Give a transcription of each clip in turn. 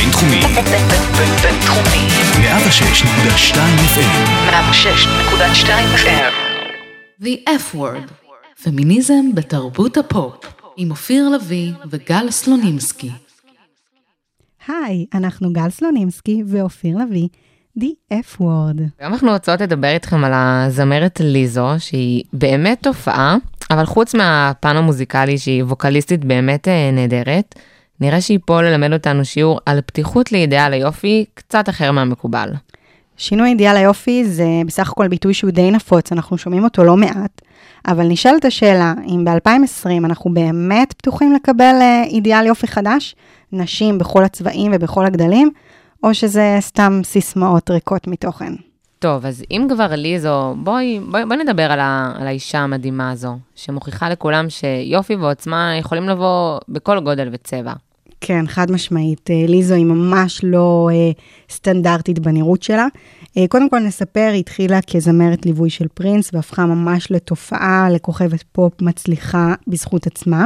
בינתחומי. בינתחומי. 106.2 FM. 106.2 FM. The F-Word. פמיניזם בתרבות הפופ. עם אופיר לוי וגל סלונימסקי. היי, אנחנו גל סלונימסקי ואופיר לוי. The F-Word. היום אנחנו רוצות לדבר איתכם על הזמרת ליזו, שהיא באמת תופעה, אבל חוץ מהפן המוזיקלי שהיא ווקליסטית באמת נהדרת, נראה שהיא פה ללמד אותנו שיעור על פתיחות לאידאל היופי קצת אחר מהמקובל. שינוי אידאל היופי זה בסך הכל ביטוי שהוא די נפוץ, אנחנו שומעים אותו לא מעט, אבל נשאלת השאלה, אם ב-2020 אנחנו באמת פתוחים לקבל אידאל יופי חדש, נשים בכל הצבעים ובכל הגדלים, או שזה סתם סיסמאות ריקות מתוכן? טוב, אז אם כבר ליזו, בואי נדבר על האישה המדהימה הזו, שמוכיחה לכולם שיופי ועוצמה יכולים לבוא בכל גודל וצבע. כן, חד משמעית. ליזו היא ממש לא סטנדרטית בנראות שלה. קודם כל נספר, היא התחילה כזמרת ליווי של פרינס, והפכה ממש לתופעה, לכוכבת פופ מצליחה בזכות עצמה.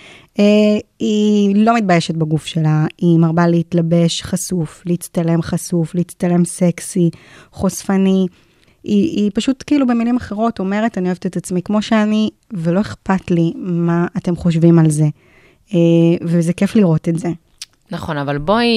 היא לא מתביישת בגוף שלה, היא מרבה להתלבש חשוף, להצטלם חשוף, להצטלם סקסי, חושפני. היא פשוט כאילו במילים אחרות אומרת, אני אוהבת את עצמי כמו שאני, ולא אכפת לי מה אתם חושבים על זה. וזה כיף לראות את זה. נכון, אבל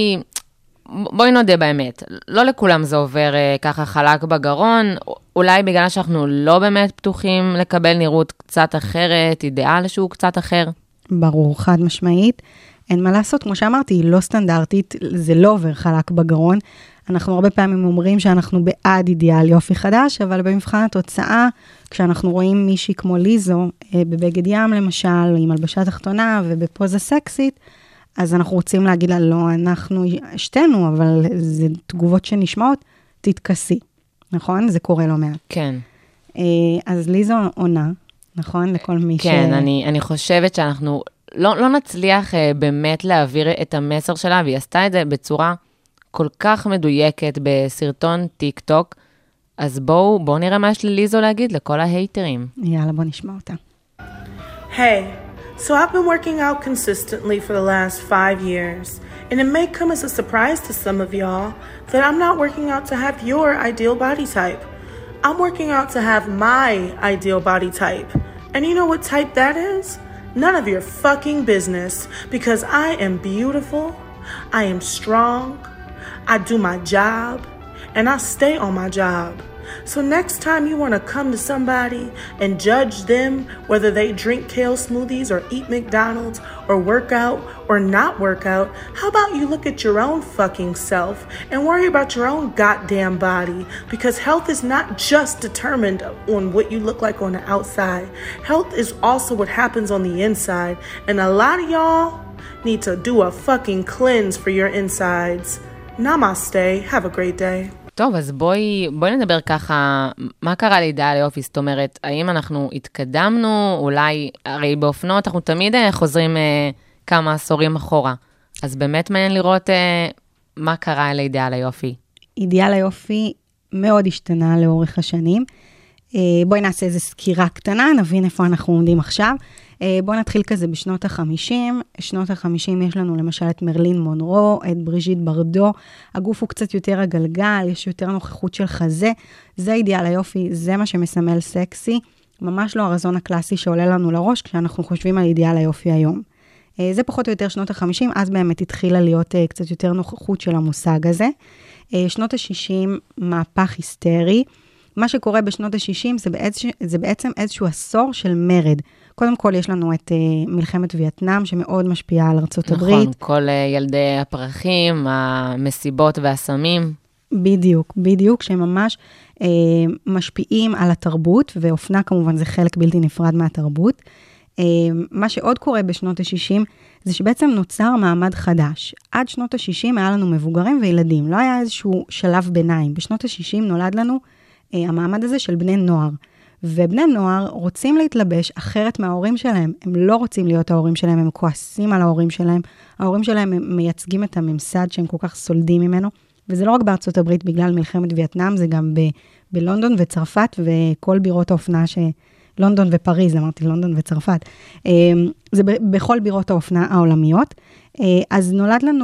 בואי נודה באמת. לא לכולם זה עובר ככה חלק בגרון, אולי בגלל שאנחנו לא באמת פתוחים לקבל נראות קצת אחרת, אידאל שהוא קצת אחר. ברור, חד משמעית. אין מה לעשות, כמו שאמרתי, היא לא סטנדרטית, זה לא עובר חלק בגרון. אנחנו הרבה פעמים אומרים שאנחנו בעד אידיאל יופי חדש, אבל במבחן התוצאה, כשאנחנו רואים מישהי כמו ליזו, בבגד ים למשל, עם הלבשה תחתונה ובפוזה סקסית, אז אנחנו רוצים להגיד לה, לא, אנחנו שתינו, אבל זה תגובות שנשמעות, תתכסי. נכון? זה קורה לא מעט. כן. אז ליזו עונה, נכון? לכל מי כן, אני חושבת שאנחנו לא נצליח באמת להעביר את המסר שלה, והיא עשתה את זה בצורה כל כך מדויקת בסרטון טיק טוק, אז בואו נראה מה יש לליזו להגיד לכל ההייטרים. יאללה, בוא נשמע אותה. Hey, so I've been working out consistently for the last 5 years, and it may come as a surprise to some of y'all that I'm not working out to have your ideal body type. I'm working out to have my ideal body type. And you know what type that is? None of your fucking business, because I am beautiful, I am strong, I do my job, and I stay on my job. So next time you want to come to somebody and judge them whether they drink kale smoothies or eat McDonald's or work out or not work out, how about you look at your own fucking self and worry about your own goddamn body, because health is not just determined on what you look like on the outside. Health is also what happens on the inside, and a lot of y'all need to do a fucking cleanse for your insides. Namaste, have a great day. טוב, אז בואי נדבר ככה, מה קרה לאידאל היופי? זאת אומרת, האם אנחנו התקדמנו, אולי, הרי באופנות אנחנו תמיד חוזרים כמה עשורים אחורה, אז באמת מעניין לראות מה קרה לאידאל היופי. אידאל היופי מאוד השתנה לאורך השנים. בואי נעשה איזו סקירה קטנה, נבין איפה אנחנו עומדים עכשיו. בואו נתחיל כזה בשנות ה-50. שנות ה-50 יש לנו למשל את מרלין מונרו, את בריז'יט ברדו. הגוף הוא קצת יותר הגלגל, יש יותר נוכחות של חזה. זה אידיאל היופי, זה מה שמסמל סקסי. ממש לא הרזון הקלאסי שעולה לנו לראש כשאנחנו חושבים על אידיאל היופי היום. זה פחות או יותר שנות ה-50, אז באמת התחילה להיות קצת יותר נוכחות של המושג הזה. שנות ה-60, מהפך היסטרי. מה שקורה בשנות ה-60 זה בעצם איזשהו עשור של מרד. קודם כל יש לנו את מלחמת וייטנאם, שמאוד משפיעה על ארצות הברית. נכון, כל ילדי הפרחים, המסיבות והסמים. בדיוק, שהם ממש משפיעים על התרבות, ואופנה כמובן זה חלק בלתי נפרד מהתרבות. מה שעוד קורה בשנות ה-60, זה שבעצם נוצר מעמד חדש. עד שנות ה-60 היה לנו מבוגרים וילדים, לא היה איזשהו שלב ביניים. בשנות ה-60 נולד לנו המעמד הזה של בני נוער. ובני נוער רוצים להתלבש אחרת מההורים שלהם. הם לא רוצים להיות ההורים שלהם, הם כועסים על ההורים שלהם. ההורים שלהם מייצגים את הממסד שהם כל כך סולדים ממנו. וזה לא רק בארצות הברית בגלל מלחמת וייטנאם, זה גם בלונדון וצרפת וכל בירות האופנה לונדון ופריז, אמרתי לונדון וצרפת, זה בכל בירות האופנה העולמיות, אז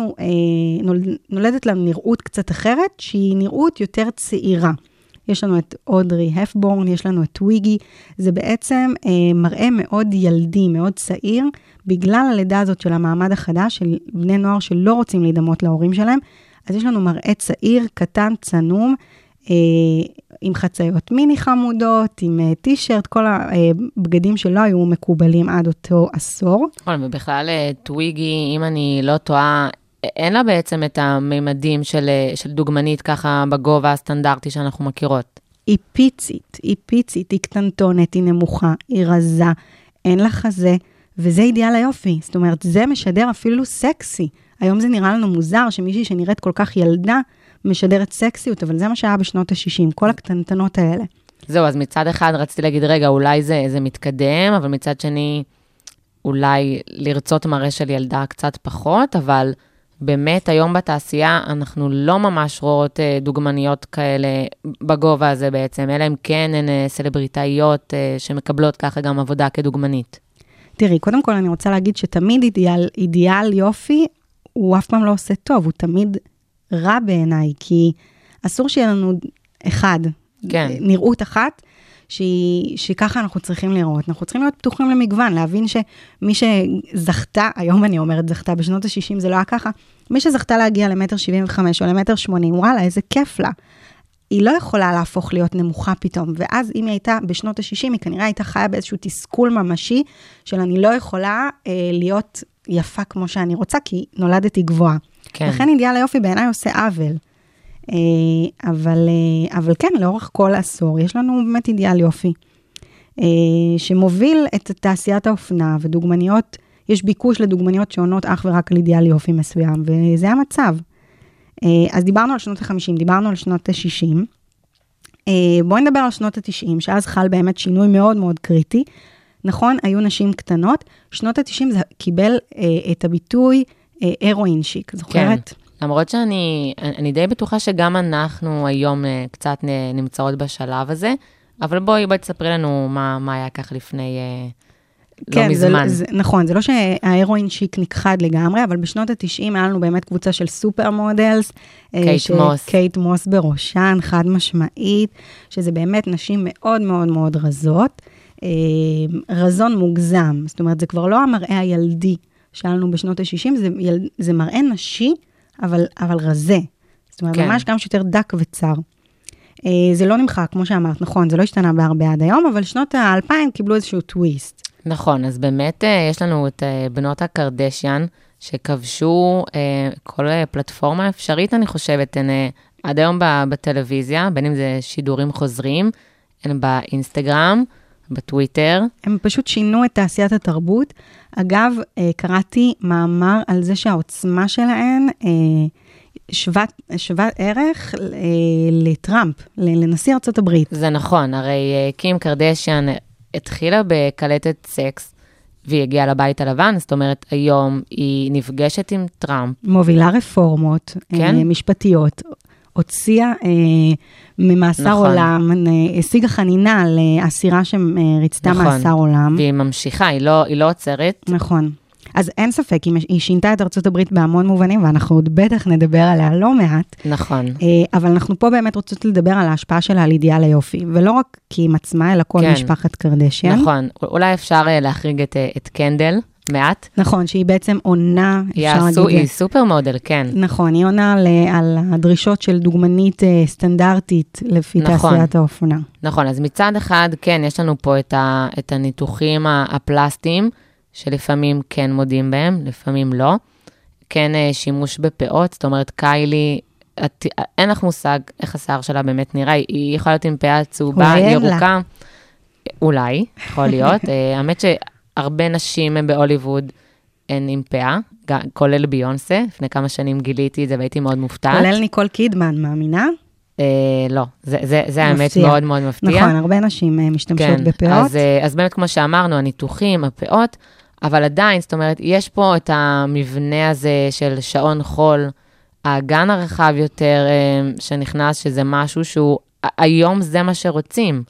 נולדת לנו נראות קצת אחרת, שהיא נראות יותר צעירה. יש לנו את אודרי הפבורן, יש לנו את טוויגי, זה בעצם מראה מאוד ילדי, מאוד צעיר, בגלל הלידה הזאת של המעמד החדש, של בני נוער שלא רוצים להידמות להורים שלהם, אז יש לנו מראה צעיר, קטן, צנום, עם חצאיות מיני חמודות, עם טישרט, כל הבגדים שלא היו מקובלים עד אותו עשור. ובכלל טוויגי, אם אני לא טועה, אין לה בעצם את הממדים של דוגמנית ככה בגובה הסטנדרטי שאנחנו מכירות. היא פיצית, היא קטנטונת, היא נמוכה, היא רזה, אין לה חזה, וזה אידיאל היופי. זאת אומרת, זה משדר אפילו סקסי. היום זה נראה לנו מוזר שמישהי שנראית כל כך ילדה, משדרת סקסיות, אבל זה מה שהיה בשנות ה-60, כל הקטנטנות האלה. זהו, אז מצד אחד רציתי להגיד, רגע, אולי זה מתקדם, אבל מצד שני, אולי לרצות מראה של ילדה קצת פחות, אבל באמת היום בתעשייה אנחנו לא ממש רואות דוגמניות כאלה בגובה הזה בעצם, אלא אם כן הן סלבריטאיות שמקבלות ככה גם עבודה כדוגמנית. תראי, קודם כל אני רוצה להגיד שתמיד אידיאל יופי, הוא אף פעם לא עושה טוב, הוא תמיד רע בעיניי, כי אסור שיהיה לנו נראות אחת, שככה אנחנו צריכים לראות. אנחנו צריכים להיות פתוחים למגוון, להבין שמי שזכתה, היום אני אומרת זכתה, בשנות ה-60 זה לא היה ככה, מי שזכתה להגיע ל1.75 או ל1.80, וואלה, איזה כיף לה. היא לא יכולה להפוך להיות נמוכה פתאום, ואז אם היא הייתה בשנות ה-60, היא כנראה הייתה חיה באיזשהו תסכול ממשי, של אני לא יכולה להיות יפה כמו שאני רוצה, כי נולדתי גבוהה. כן. לכן אידיאל היופי בעיניי עושה עוול. אבל כן, לאורך כל העשור, יש לנו באמת אידיאל יופי, שמוביל את תעשיית האופנה, ודוגמניות, יש ביקוש לדוגמניות שעונות אך ורק על אידיאל יופי מסוים, וזה המצב. אז דיברנו על שנות ה-50, דיברנו על שנות ה-60, בואי נדבר על שנות ה-90, שאז חל באמת שינוי מאוד מאוד קריטי, נכון, היו נשים קטנות, שנות ה-90 זה קיבל את הביטוי הרואין שיק, זוכרת? כן. למרות שאני די בטוחה שגם אנחנו היום קצת נמצאות בשלב הזה, אבל בואי תספרי לנו מה היה כך לפני לא מזמן. נכון, זה לא שההרואין שיק נכחד לגמרי, אבל בשנות ה-90 היה לנו באמת קבוצה של סופר מודלס, קייט מוס בראשן, חד משמעית, שזה באמת נשים מאוד מאוד מאוד רזות, רזון מוגזם, זאת אומרת, זה כבר לא המראה הילדי שלנו בשנות ה-60, זה מראה נשי, אבל רזה. זאת אומרת, ממש גם שיותר דק וצר. זה לא נמחק, כמו שאמרת, נכון, זה לא השתנה בהרבה עד היום, אבל שנות ה-2000 קיבלו איזשהו טוויסט. נכון, אז באמת יש לנו את בנות הקרדשיאן, שכבשו כל פלטפורמה אפשרית, אני חושבת, עד היום בטלוויזיה, בין אם זה שידורים חוזרים, הן באינסטגרם, בטוויטר. הם פשוט שינו את תעשיית התרבות. אגב, קראתי מאמר על זה שהעוצמה שלהן שוות ערך לטראמפ, לנשיא ארצות הברית. זה נכון, הרי קים קרדשיאן התחילה בקלטת סקס, והיא הגיעה לבית הלבן, זאת אומרת, היום היא נפגשת עם טראמפ. מובילה רפורמות משפטיות, הוציאה ממאסר עולם, השיגה חנינה לאסירה שריצתה מאסר עולם. והיא ממשיכה, היא לא עוצרת. נכון. אז אין ספק, היא שינתה את ארצות הברית בהמון מובנים, ואנחנו עוד בטח נדבר עליה לא מעט. נכון. אבל אנחנו פה באמת רוצות לדבר על ההשפעה שלה על אידיאל היופי, ולא רק כי היא עצמה, אלא כל משפחת קרדשיאן. נכון, אולי אפשר להחריג את קנדל. מעט. נכון, שהיא בעצם עונה, היא סופר מודל, כן. נכון, היא עונה על הדרישות של דוגמנית סטנדרטית לפי תעשיית האופנה. נכון, אז מצד אחד, כן, יש לנו פה את הניתוחים הפלסטיים, שלפעמים כן מודים בהם, לפעמים לא. כן שימוש בפאות, זאת אומרת, קיילי, אין לך מושג איך השיער שלה באמת נראה, היא יכולה להיות עם פאה צהובה, ירוקה. אולי, יכול להיות. האמת הרבה נשים בהוליווד הן עם פאה, כולל ביונסה, לפני כמה שנים גיליתי את זה והייתי מאוד מופתעת. כולל ניקול קידמן, מאמינה? לא, זה האמת מאוד מאוד מפתיע. נכון, הרבה נשים משתמשות בפאות. אז באמת כמו שאמרנו, הניתוחים, הפאות, אבל עדיין, זאת אומרת, יש פה את המבנה הזה של שעון חול, האגן הרחב יותר שנכנס, שזה משהו שהוא, היום זה מה שרוצים.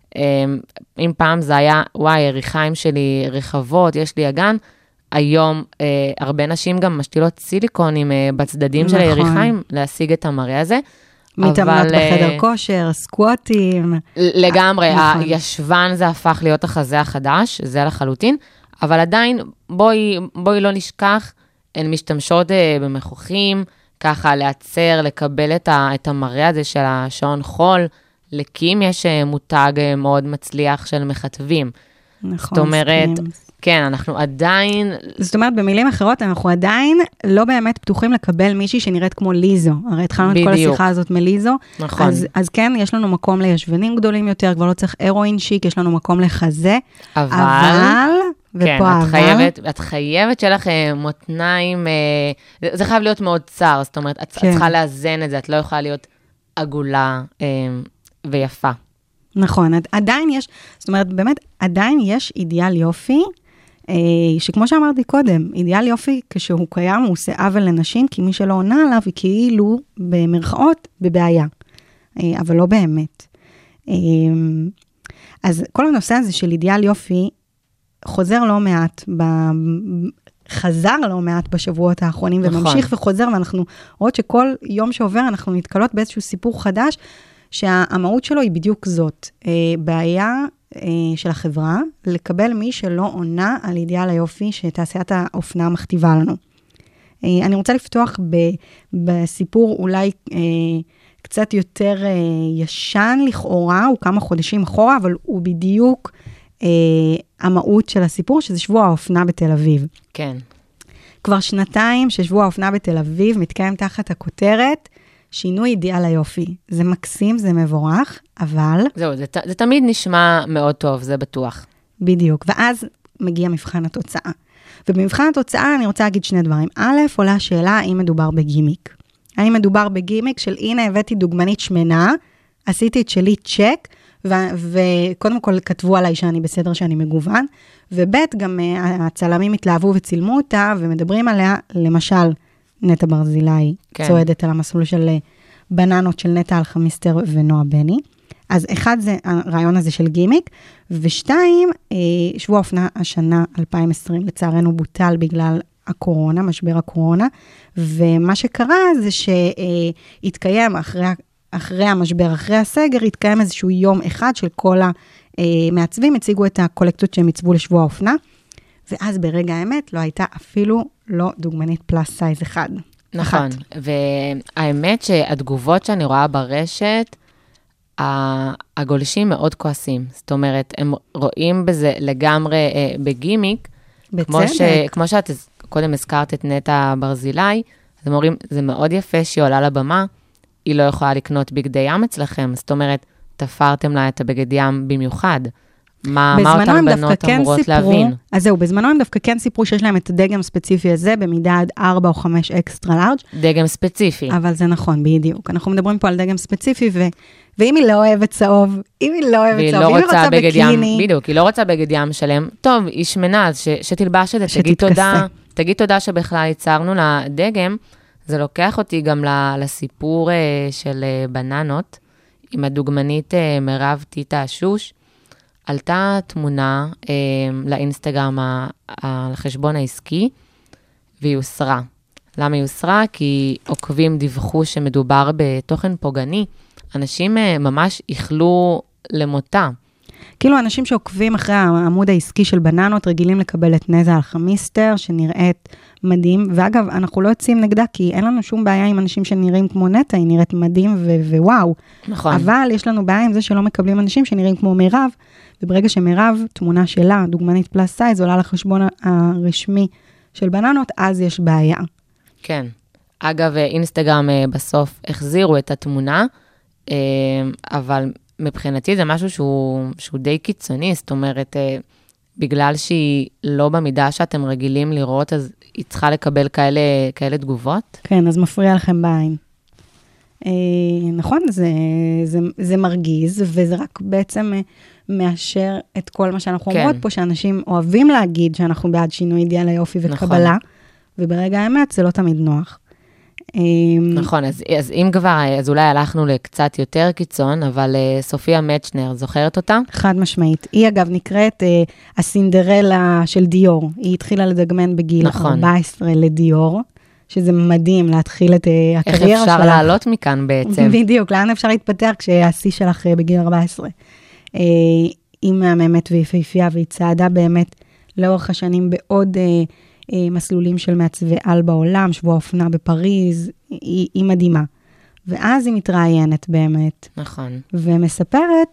אם פעם זה היה, וואי, יריחיים שלי רחבות, יש לי אגן, היום הרבה נשים גם משתילות סיליקונים בצדדים של היריחיים, להשיג את המראה הזה. מתאמנות בחדר כושר, סקואטים. לגמרי, הישבן זה הפך להיות החזה החדש, זה לחלוטין, אבל עדיין, בואי לא נשכח, הן משתמשות במכוחים, ככה לעצר, לקבל את המראה הזה של השעון חול, לקים יש מותג מאוד מצליח של מכתבים. נכון, זאת אומרת, כן, אנחנו עדיין... זאת אומרת, במילים אחרות, אנחנו עדיין לא באמת פתוחים לקבל מישהי שנראית כמו ליזו. הרי התחלנו את כל השיחה הזאת מליזו. נכון. אז כן, יש לנו מקום לישבנים גדולים יותר, כבר לא צריך אירואין שיק, יש לנו מקום לחזה. אבל כן, את חייבת שיהיה לך מותניים, זה חייב להיות מאוד צר, זאת אומרת, את צריכה לאזן את זה, את לא יכולה להיות עגולה ויפה. נכון, עדיין יש, זאת אומרת, באמת, עדיין יש אידיאל יופי, שכמו שאמרתי קודם, אידיאל יופי, כשהוא קיים, הוא עושה עוול לנשים, כי מי שלא עונה עליו, היא כאילו, במרכאות, בבעיה. אבל לא באמת. אז כל הנושא הזה של אידיאל יופי, חוזר לא מעט בשבועות האחרונים, וממשיך וחוזר, ואנחנו רואות שכל יום שעובר, אנחנו נתקלות באיזשהו סיפור חדש, שהמהות שלו היא בדיוק זאת, בעיה של החברה, לקבל מי שלא עונה על אידיאל היופי שתעשיית האופנה מכתיבה לנו. אני רוצה לפתוח בסיפור אולי קצת יותר ישן לכאורה, הוא כמה חודשים אחורה, אבל הוא בדיוק המהות של הסיפור, שזה שבוע האופנה בתל אביב. כן. כבר שנתיים ששבוע האופנה בתל אביב מתקיים תחת הכותרת, שינוי אידיאל היופי. זה מקסים, זה מבורך, אבל... זהו, זה תמיד נשמע מאוד טוב, זה בטוח. בדיוק, ואז מגיע מבחן התוצאה. ובמבחן התוצאה אני רוצה להגיד שני דברים. א', עולה השאלה האם מדובר בגימיק. האם מדובר בגימיק של הנה הבאתי דוגמנית שמנה, עשיתי את שלי צ'ק, וקודם כל כתבו עליי שאני בסדר, שאני מגוון, וב' גם הצלמים התלהבו וצילמו אותה, ומדברים עליה, למשל, נטע ברזילי, כן. צועדת על המסלול של בננות של נטע אלחמיסטר ונועה בני. אז אחד זה הרעיון הזה של גימיק, ושתיים, שבוע אופנה השנה 2020, לצערנו בוטל בגלל הקורונה, משבר הקורונה, ומה שקרה זה שהתקיים אחרי המשבר, אחרי הסגר, התקיים איזשהו יום אחד של כל המעצבים, הציגו את הקולקטות שהם הצבו לשבוע האופנה, ואז ברגע האמת לא הייתה אפילו לא דוגמנית פלאס סייז אחד. נכון, והאמת שהתגובות שאני רואה ברשת, הגולשים מאוד כועסים. זאת אומרת, הם רואים בזה לגמרי בגימיק, כמו שאת קודם הזכרת את נטע ברזילי, אז הם אומרים, זה מאוד יפה שהיא עולה לבמה, היא לא יכולה לקנות בגדי ים אצלכם, זאת אומרת, תפרתם לה את הבגד ים במיוחד. מה אותן בנות אמורות להבין? אז זהו, בזמנו הם דווקא כן סיפרו שיש להם את הדגם ספציפי הזה, במידה עד 4 או 5 אקסטרה לארג'. דגם ספציפי. אבל זה נכון, בדיוק. אנחנו מדברים פה על דגם ספציפי, ואם היא לא אוהבת צהוב, אם היא היא רוצה בקיני. בדיוק, היא לא רוצה בגד ים שלם. טוב, היא שמנה, אז שתלבש את זה, תגיד תודה שבכלל ייצרנו לדגם, זה לוקח אותי גם לסיפור של בננות, עם הדוגמנית מירב טיטה שוש, עלתה תמונה לאינסטגרם על החשבון העסקי, והיא הוסרה. למה היא הוסרה? כי עוקבים דיווחו שמדובר בתוכן פוגעני. אנשים ממש איכלו למותה. כאילו אנשים שעוקבים אחרי העמוד העסקי של בננות, רגילים לקבל את נטע אלחמיסטר, שנראית מדהים, ואגב, אנחנו לא יוצאים נגדה, כי אין לנו שום בעיה עם אנשים שנראים כמו נטע, היא נראית מדהים ווואו. נכון. אבל יש לנו בעיה עם זה שלא מקבלים אנשים שנראים כמו מירב, וברגע שמירב, תמונה שלה, דוגמנית פלאס סייז, עולה לחשבון הרשמי של בננות, אז יש בעיה. כן. אגב, אינסטגרם בסוף החזירו את התמונה, אבל מבחינתי זה משהו שהוא די קיצוני, זאת אומרת, בגלל שהיא לא במידה שאתם רגילים לראות, אז היא צריכה לקבל כאלה תגובות? כן, אז מפריע לכם בעין. נכון, זה מרגיז, וזה רק בעצם מאשר את כל מה שאנחנו אומרות פה, שאנשים אוהבים להגיד שאנחנו בעד שינוי אידיאל היופי וקבלה, וברגע האמת זה לא תמיד נוח. נכון, אז אם כבר, אז אולי הלכנו לקצת יותר קיצון, אבל סופיה מצ'נר, זוכרת אותה? חד משמעית. היא אגב נקראת הסינדרלה של דיור. היא התחילה לדגמן בגיל 14 לדיור, שזה מדהים להתחיל את הקריירה שלך. איך אפשר לעלות מכאן בעצם? בדיוק, לאן אפשר להתפתח כשהשיא שלך בגיל 14. היא מהממת ויפהפייה, והיא צעדה באמת לאורך השנים בעוד מסלולים של מעצבי על בעולם, שבוע אופנה בפריז, היא מדהימה. ואז היא מתראיינת באמת. נכון. ומספרת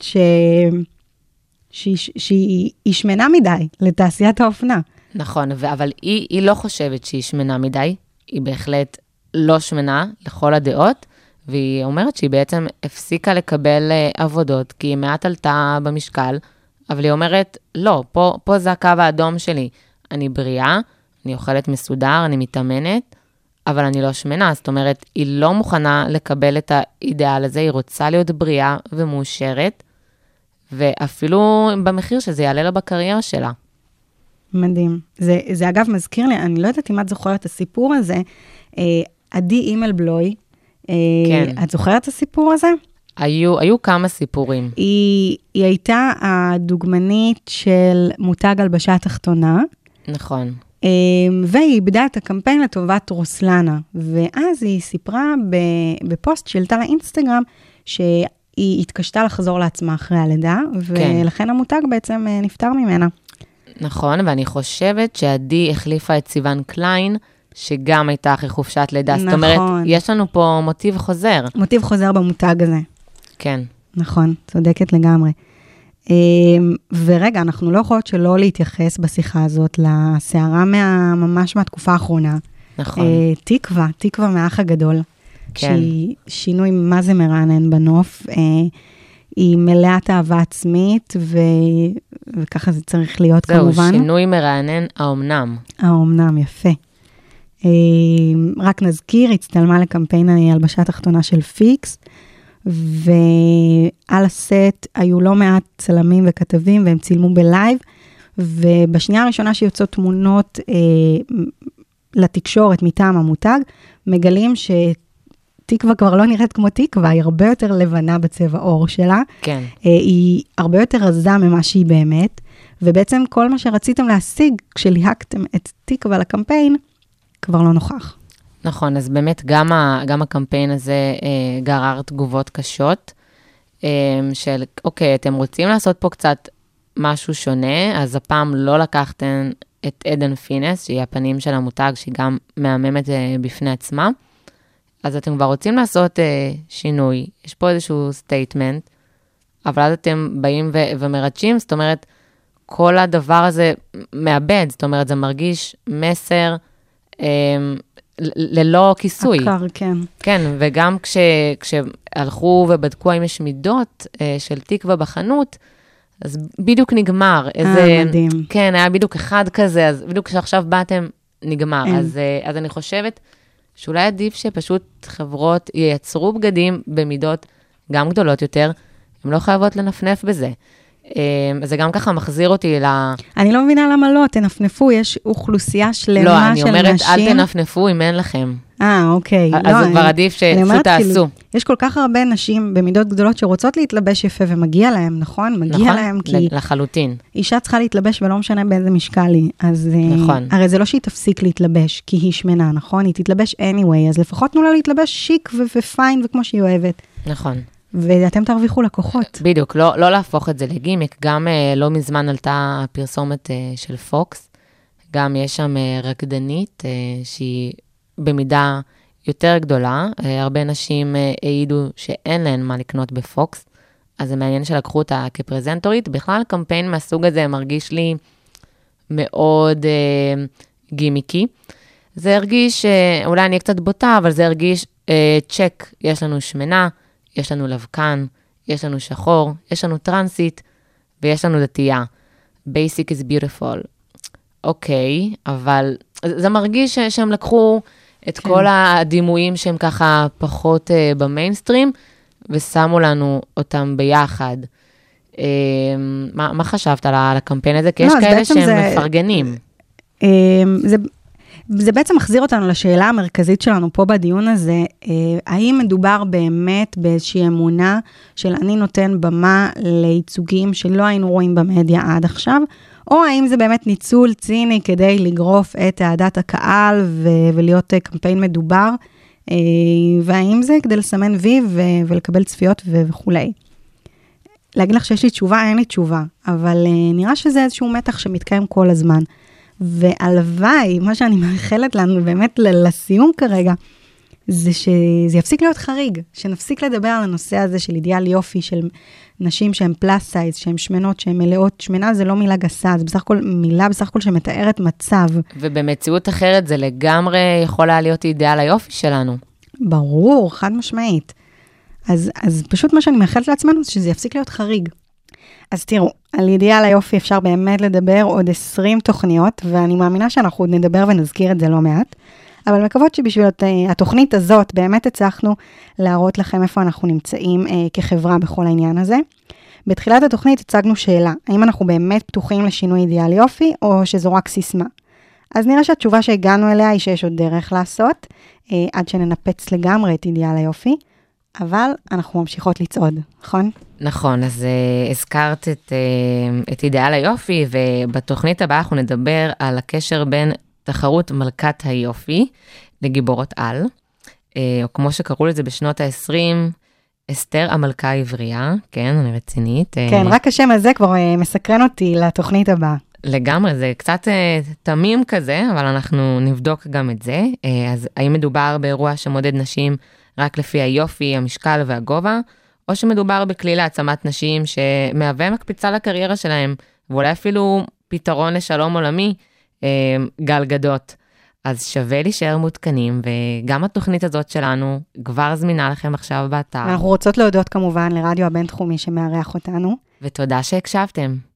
שהיא שמנה מדי לתעשיית האופנה. נכון, אבל היא לא חושבת שהיא שמנה מדי, היא בהחלט לא שמנה לכל הדעות, והיא אומרת שהיא בעצם הפסיקה לקבל עבודות, כי היא מעט עלתה במשקל, אבל היא אומרת, לא, פה זה הקו האדום שלי. אני בריאה, אני אוכלת מסודר, אני מתאמנת, אבל אני לא שמנה. זאת אומרת, היא לא מוכנה לקבל את האידאל הזה, היא רוצה להיות בריאה ומאושרת, ואפילו במחיר שזה יעלה לה בקריירה שלה. מדהים. זה אגב מזכיר לי, אני לא יודעת אם את זוכרת את הסיפור הזה, עדי אימלבלוי, כן. את זוכרת את הסיפור הזה? היו כמה סיפורים. היא הייתה הדוגמנית של מותג הלבשה תחתונה. נכון. והיא איבדה את הקמפיין לטובת רוסלנה. ואז היא סיפרה בפוסט שהעלתה לאינסטגרם, שהיא התקשתה לחזור לעצמה אחרי הלידה, ולכן המותג בעצם נפטר ממנה. נכון, ואני חושבת שעדי החליפה את סיוון קליין, שגם הייתה אחרי חופשת לידה. נכון. זאת אומרת, יש לנו פה מוטיב חוזר. מוטיב חוזר במותג הזה. כן. נכון, צודקת לגמרי. ורגע, אנחנו לא יכולות שלא להתייחס בשיחה הזאת לסערה ממש מהתקופה האחרונה. נכון. תקווה מהאח הגדול. כן. שהיא שינוי מה זה מרענן בנוף. היא מלאת אהבה עצמית, וככה זה צריך להיות כמובן. זהו, שינוי מרענן, האומנם. יפה. רק נזכיר, הצטלמה לקמפיין הלבשה תחתונה של פיקס, ועל הסט היו לא מעט צלמים וכתבים, והם צילמו בלייב, ובשנייה הראשונה שיוצאות תמונות לתקשורת מטעם המותג, מגלים שתקווה כבר לא נראית כמו תקווה, היא הרבה יותר לבנה בצבע עור שלה, כן. היא הרבה יותר רזה ממה שהיא באמת, ובעצם כל מה שרציתם להשיג כשליהקתם את תקווה לקמפיין, כבר לא נוכח. נכון, אז באמת גם הקמפיין הזה גרר תגובות קשות, של אוקיי, אתם רוצים לעשות פה קצת משהו שונה, אז הפעם לא לקחתם את עדן פינס, שהיא הפנים של המותג, שהיא גם מהממת בפני עצמה, אז אתם כבר רוצים לעשות שינוי, יש פה איזשהו סטייטמנט, אבל אז אתם באים ומרדשים, זאת אומרת, כל הדבר הזה מאבד, זאת אומרת, זה מרגיש מסר ללא כיסוי. עקר, כן. כן, וגם כשהלכו ובדקו האם יש מידות של תקווה בחנות, אז בדיוק נגמר. מדהים. כן, היה בדיוק אחד כזה, אז בדיוק כשעכשיו באתם, נגמר. אז אני חושבת שאולי עדיף שפשוט חברות ייצרו בגדים במידות גם גדולות יותר, הן לא חייבות לנפנף בזה. זה גם ככה מחזיר אותי אני לא מבינה למה לא, תנפנפו, יש אוכלוסייה שלמה של נשים. לא, אני אומרת, אל תנפנפו אם אין לכם. אוקיי. אז זה כבר עדיף שפשוט תעשו. יש כל כך הרבה נשים במידות גדולות שרוצות להתלבש יפה, ומגיע להם, נכון? מגיע להם כי... לחלוטין. אישה צריכה להתלבש ולא משנה באיזה משקל היא. אז... נכון. הרי זה לא שהיא תפסיק להתלבש, כי היא שמנה, נכון? היא תתלבש anyway, אז לפחות תנו לה להתלבש שיק ופיין וכמו שהיא אוהבת. נכון. ואתם תרוויחו לקוחות. בדיוק, לא להפוך את זה לגימיק, גם לא מזמן עלתה הפרסומת של פוקס, גם יש שם רקדנית שהיא במידה יותר גדולה, הרבה נשים העידו שאין להן מה לקנות בפוקס, אז זה מעניין שלקחו אותה כפרזנטורית, בכלל קמפיין מהסוג הזה מרגיש לי מאוד גימיקי, זה הרגיש, אולי אני קצת בוטה, אבל זה הרגיש צ'ק, יש לנו שמנה, יש לנו לבקן, יש לנו שחור, יש לנו טרנסית, ויש לנו דתייה. Basic is beautiful. אוקיי, אבל זה מרגיש שהם לקחו את כל הדימויים שהם ככה פחות במיינסטרים, ושמו לנו אותם ביחד. מה חשבת על הקמפיין הזה? כי יש כאלה שהם מפרגנים. זה בעצם מחזיר אותנו לשאלה המרכזית שלנו פה בדיון הזה, האם מדובר באמת באיזושהי אמונה של אני נותן במה לייצוגים שלא היינו רואים במדיה עד עכשיו, או האם זה באמת ניצול ציני כדי לגרוף את אהדת הקהל ולהיות קמפיין מדובר, והאם זה כדי לסמן וי ולקבל צפיות וכולי. להגיד לך שיש לי תשובה, אין לי תשובה, אבל נראה שזה איזשהו מתח שמתקיים כל הזמן. והלוואי, מה שאני מאחלת לנו באמת לסיום כרגע, זה שזה יפסיק להיות חריג, שנפסיק לדבר על הנושא הזה של אידיאל יופי, של נשים שהן פלאס סייז, שהן שמנות, שהן מלאות. שמנה זה לא מילה גסה, זה בסך הכל מילה בסך הכל שמתארת מצב. ובמציאות אחרת זה לגמרי יכולה להיות אידיאל היופי שלנו. ברור, חד משמעית. אז פשוט מה שאני מאחלת לעצמנו, זה שזה יפסיק להיות חריג. אז תראו, על אידיאל היופי אפשר באמת לדבר עוד 20 תוכניות, ואני מאמינה שאנחנו עוד נדבר ונזכיר את זה לא מעט, אבל מקוות שבשביל התוכנית הזאת באמת הצלחנו להראות לכם איפה אנחנו נמצאים כחברה בכל העניין הזה. בתחילת התוכנית הצגנו שאלה, האם אנחנו באמת פתוחים לשינוי אידיאל יופי, או שזו רק סיסמה? אז נראה שהתשובה שהגענו אליה היא שיש עוד דרך לעשות, עד שננפץ לגמרי את אידיאל היופי, אבל אנחנו ממשיכות לצעוד, נכון? נכון, אז הזכרת את אידיאל היופי, ובתוכנית הבאה אנחנו נדבר על הקשר בין תחרות מלכת היופי לגיבורות על, או כמו שקראו לזה בשנות ה-20, אסתר המלכה העברייה, כן, אני רצינית. כן, רק השם הזה כבר מסקרן אותי לתוכנית הבאה. לגמרי, זה קצת תמים כזה, אבל אנחנו נבדוק גם את זה. אז האם מדובר באירוע שמודד נשים רק לפי היופי, המשקל והגובה, או שמדובר בכלי להעצמת נשים שמהווה מקפיצה לקריירה שלהם, ואולי אפילו פתרון לשלום עולמי, גלגדות. אז שווה להישאר מותקנים, וגם התוכנית הזאת שלנו כבר זמינה לכם עכשיו באתר. אנחנו רוצות להודות כמובן לרדיו הבינתחומי שמארח אותנו. ותודה שהקשבתם.